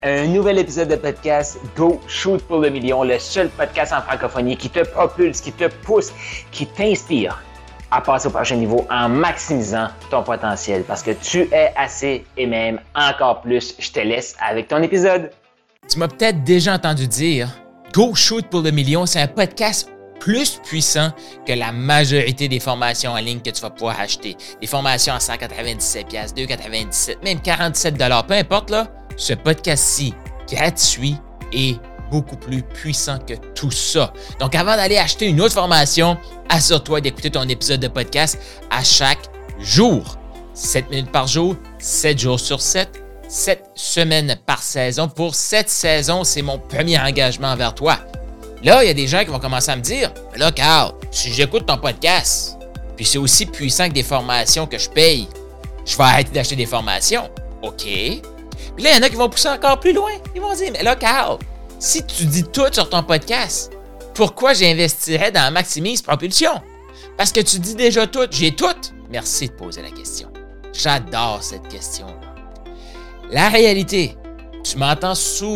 Un nouvel épisode de podcast Go Shoot pour le million, le seul podcast en francophonie qui te propulse, qui te pousse, qui t'inspire à passer au prochain niveau en maximisant ton potentiel parce que tu es assez et même encore plus. Je te laisse avec ton épisode. Tu m'as peut-être déjà entendu dire Go Shoot pour le million, c'est un podcast plus puissant que la majorité des formations en ligne que tu vas pouvoir acheter. Des formations à 197$, 2,97$, même 47$, peu importe là. Ce podcast-ci, gratuit, est beaucoup plus puissant que tout ça. Donc, avant d'aller acheter une autre formation, assure-toi d'écouter ton épisode de podcast à chaque jour. 7 minutes par jour, 7 jours sur 7, 7 semaines par saison. Pour cette saison, c'est mon premier engagement envers toi. Là, il y a des gens qui vont commencer à me dire « Là, Carl, si j'écoute ton podcast, puis c'est aussi puissant que des formations que je paye, je vais arrêter d'acheter des formations. » OK. Puis là, il y en a qui vont pousser encore plus loin. Ils vont dire « Mais là, Carl, si tu dis tout sur ton podcast, pourquoi j'investirais dans Maximise Propulsion? Parce que tu dis déjà tout. J'ai tout. » Merci de poser la question. J'adore cette question-là. La réalité, tu m'entends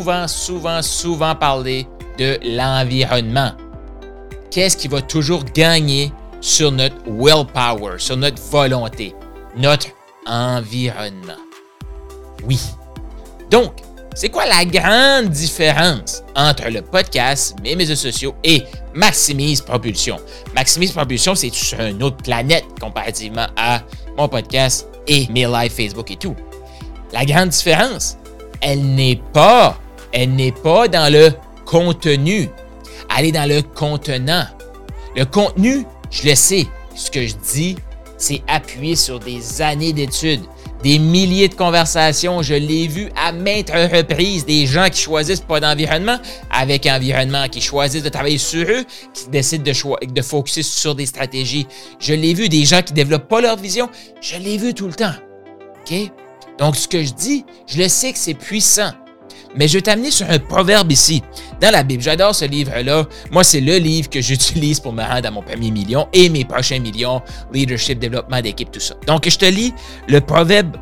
souvent parler de l'environnement. Qu'est-ce qui va toujours gagner sur notre willpower, sur notre volonté? Notre environnement. Oui. Donc, c'est quoi la grande différence entre le podcast, mes médias sociaux et Maximise Propulsion? Maximise Propulsion, c'est sur une autre planète comparativement à mon podcast et mes lives Facebook et tout. La grande différence, elle n'est pas dans le contenu. Elle est dans le contenant. Le contenu, je le sais. Ce que je dis, c'est appuyé sur des années d'études, des milliers de conversations. Je l'ai vu à maintes reprises. Des gens qui choisissent pas d'environnement avec environnement, qui choisissent de travailler sur eux, qui décident de focusser sur des stratégies. Je l'ai vu. Des gens qui développent pas leur vision. Je l'ai vu tout le temps. OK? Donc, ce que je dis, je le sais que c'est puissant. Mais je vais t'amener sur un proverbe ici, dans la Bible. J'adore ce livre-là. Moi, c'est le livre que j'utilise pour me rendre à mon premier million et mes prochains millions, leadership, développement d'équipe, tout ça. Donc, je te lis le proverbe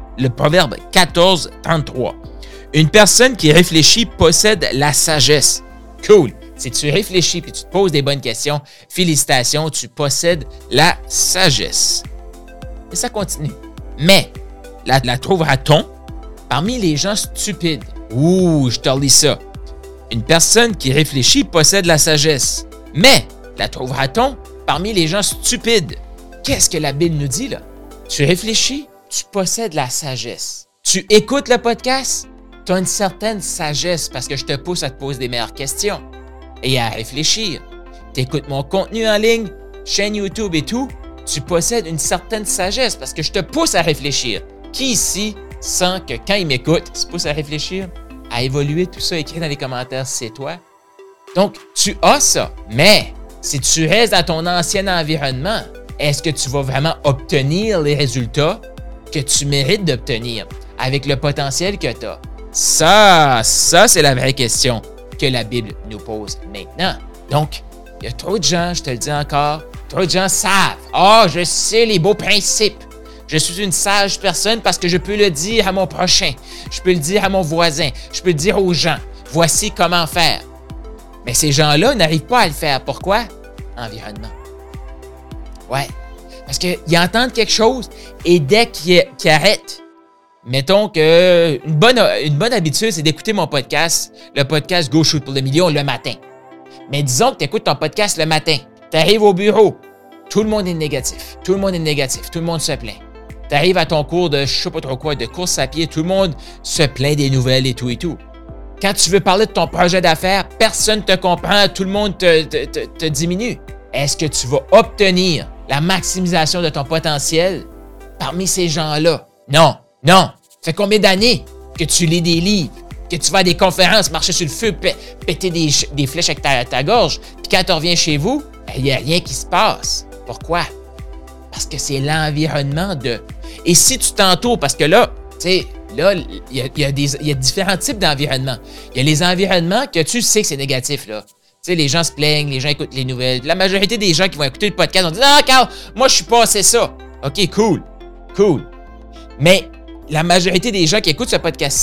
14:33. Une personne qui réfléchit possède la sagesse. Cool. Si tu réfléchis et tu te poses des bonnes questions, félicitations, tu possèdes la sagesse. Et ça continue. Mais, la trouvera-t-on parmi les gens stupides? Ouh, je te relis ça. Une personne qui réfléchit possède la sagesse. Mais, la trouvera-t-on parmi les gens stupides? Qu'est-ce que la Bible nous dit là? Tu réfléchis, tu possèdes la sagesse. Tu écoutes le podcast, tu as une certaine sagesse parce que je te pousse à te poser des meilleures questions et à réfléchir. Tu écoutes mon contenu en ligne, chaîne YouTube et tout, tu possèdes une certaine sagesse parce que je te pousse à réfléchir. Qui ici sent que quand il m'écoute, il se pousse à réfléchir, à évoluer, tout ça, écrit dans les commentaires, c'est toi. Donc, tu as ça. Mais, si tu restes dans ton ancien environnement, est-ce que tu vas vraiment obtenir les résultats que tu mérites d'obtenir avec le potentiel que tu as? Ça, c'est la vraie question que la Bible nous pose maintenant. Donc, il y a trop de gens, je te le dis encore, trop de gens savent. Ah, je sais les beaux principes. Je suis une sage personne parce que je peux le dire à mon prochain. Je peux le dire à mon voisin. Je peux le dire aux gens. Voici comment faire. Mais ces gens-là n'arrivent pas à le faire. Pourquoi? Environnement. Ouais. Parce qu'ils entendent quelque chose et dès qu'ils arrêtent, mettons que une bonne habitude, c'est d'écouter mon podcast, le podcast Go Shoot pour le million le matin. Mais disons que tu écoutes ton podcast le matin. Tu arrives au bureau. Tout le monde est négatif. Tout le monde est négatif. Tout le monde se plaint. Tu arrives à ton cours de je sais pas trop quoi, de course à pied, tout le monde se plaint des nouvelles et tout et tout. Quand tu veux parler de ton projet d'affaires, personne ne te comprend, tout le monde te diminue. Est-ce que tu vas obtenir la maximisation de ton potentiel parmi ces gens-là? Non. Ça fait combien d'années que tu lis des livres, que tu vas à des conférences, marcher sur le feu, péter des flèches avec ta gorge, puis quand tu reviens chez vous, il n'y a rien qui se passe. Pourquoi? Parce que c'est l'environnement de... Et si tu t'entoures, parce que là, tu sais, là, il y a différents types d'environnements. Il y a les environnements que tu sais que c'est négatif, là. Tu sais, les gens se plaignent, les gens écoutent les nouvelles. La majorité des gens qui vont écouter le podcast vont dire « Ah, Carl, moi, je suis passé ça. » OK, cool. Mais la majorité des gens qui écoutent ce podcast-ci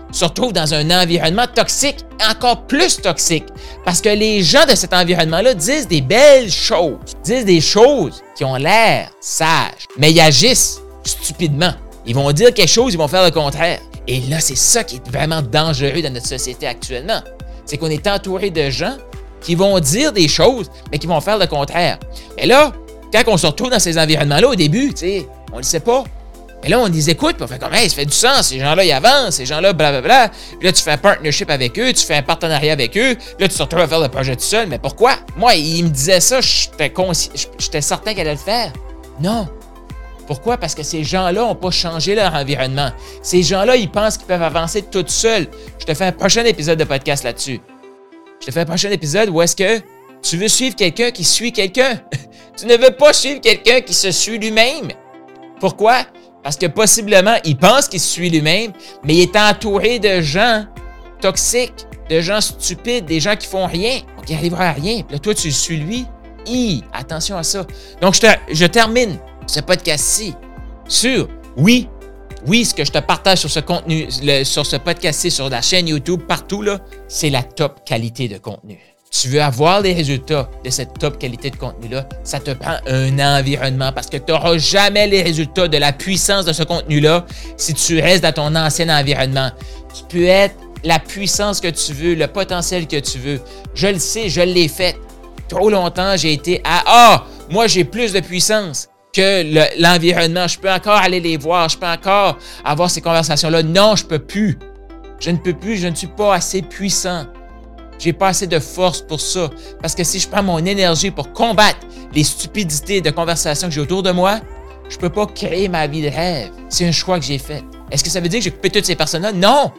se retrouvent dans un environnement toxique, encore plus toxique. Parce que les gens de cet environnement-là disent des belles choses, disent des choses qui ont l'air sages, mais ils agissent stupidement. Ils vont dire quelque chose, ils vont faire le contraire. Et là, c'est ça qui est vraiment dangereux dans notre société actuellement. C'est qu'on est entouré de gens qui vont dire des choses, mais qui vont faire le contraire. Et là, quand on se retrouve dans ces environnements-là au début, tu sais, on ne le sait pas. Et là, on les écoute, puis on fait comme, hey, ça fait du sens, ces gens-là, ils avancent, ces gens-là, blablabla. Puis là, tu fais un partnership avec eux, tu fais un partenariat avec eux, puis là, tu te retrouves à faire le projet tout seul. Mais pourquoi? Moi, il me disait ça, j'étais certain qu'elle allait le faire. Non. Pourquoi? Parce que ces gens-là n'ont pas changé leur environnement. Ces gens-là, ils pensent qu'ils peuvent avancer tout seuls. Je te fais un prochain épisode de podcast là-dessus. Je te fais un prochain épisode où est-ce que tu veux suivre quelqu'un qui suit quelqu'un. Tu ne veux pas suivre quelqu'un qui se suit lui-même. Pourquoi? Parce que possiblement, il pense qu'il se suit lui-même, mais il est entouré de gens toxiques, de gens stupides, des gens qui font rien. Donc, il n'arrivera à rien. Puis là, toi, tu le suis lui. Attention à ça. Donc, je termine ce podcast-ci sur, oui, ce que je te partage sur ce contenu, sur ce podcast-ci, sur la chaîne YouTube, partout, là, c'est la top qualité de contenu. Tu veux avoir les résultats de cette top qualité de contenu-là, ça te prend un environnement parce que tu n'auras jamais les résultats de la puissance de ce contenu-là si tu restes dans ton ancien environnement. Tu peux être la puissance que tu veux, le potentiel que tu veux. Je le sais, je l'ai fait. Trop longtemps, j'ai été à « moi, j'ai plus de puissance que l'environnement. Je peux encore aller les voir. Je peux encore avoir ces conversations-là. » Non, je ne peux plus. Je ne peux plus. Je ne suis pas assez puissant. J'ai pas assez de force pour ça. Parce que si je prends mon énergie pour combattre les stupidités de conversation que j'ai autour de moi, je peux pas créer ma vie de rêve. C'est un choix que j'ai fait. Est-ce que ça veut dire que j'ai coupé toutes ces personnes-là? Non!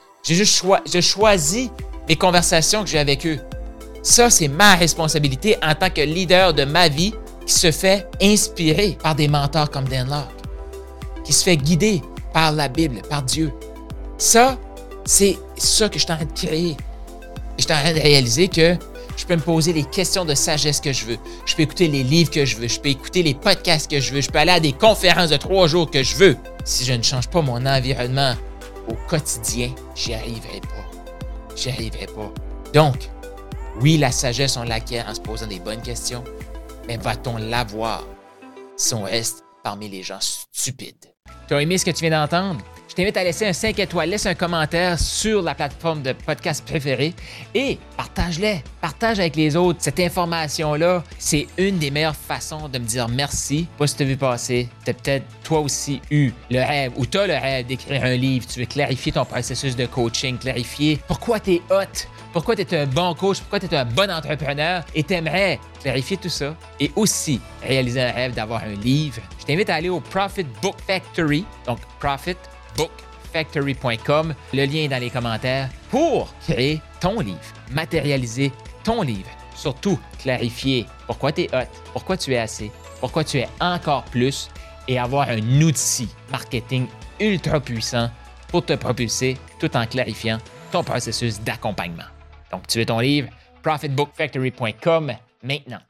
J'ai choisi mes conversations que j'ai avec eux. Ça, c'est ma responsabilité en tant que leader de ma vie qui se fait inspirer par des mentors comme Dan Lok, qui se fait guider par la Bible, par Dieu. Ça, c'est ça que je suis en train de créer. Je suis en train de réaliser que je peux me poser les questions de sagesse que je veux. Je peux écouter les livres que je veux. Je peux écouter les podcasts que je veux. Je peux aller à des conférences de 3 jours que je veux. Si je ne change pas mon environnement au quotidien, j'y arriverai pas. J'y arriverai pas. Donc, oui, la sagesse, on l'acquiert en se posant des bonnes questions, mais va-t-on l'avoir si on reste parmi les gens stupides? Tu as aimé ce que tu viens d'entendre? Je t'invite à laisser un 5 étoiles, laisse un commentaire sur la plateforme de podcast préférée et partage-les, partage avec les autres. Cette information-là, c'est une des meilleures façons de me dire merci. Pas si tu as vu passer, tu as peut-être toi aussi eu le rêve ou tu as le rêve d'écrire un livre, tu veux clarifier ton processus de coaching, clarifier pourquoi tu es hot, pourquoi tu es un bon coach, pourquoi tu es un bon entrepreneur et tu aimerais clarifier tout ça et aussi réaliser un rêve d'avoir un livre. Je t'invite à aller au Profit Book Factory, donc profitbookfactory.com. Le lien est dans les commentaires pour créer ton livre, matérialiser ton livre. Surtout, clarifier pourquoi tu es hot, pourquoi tu es assez, pourquoi tu es encore plus et avoir un outil marketing ultra puissant pour te propulser tout en clarifiant ton processus d'accompagnement. Donc, tu veux ton livre? profitbookfactory.com maintenant.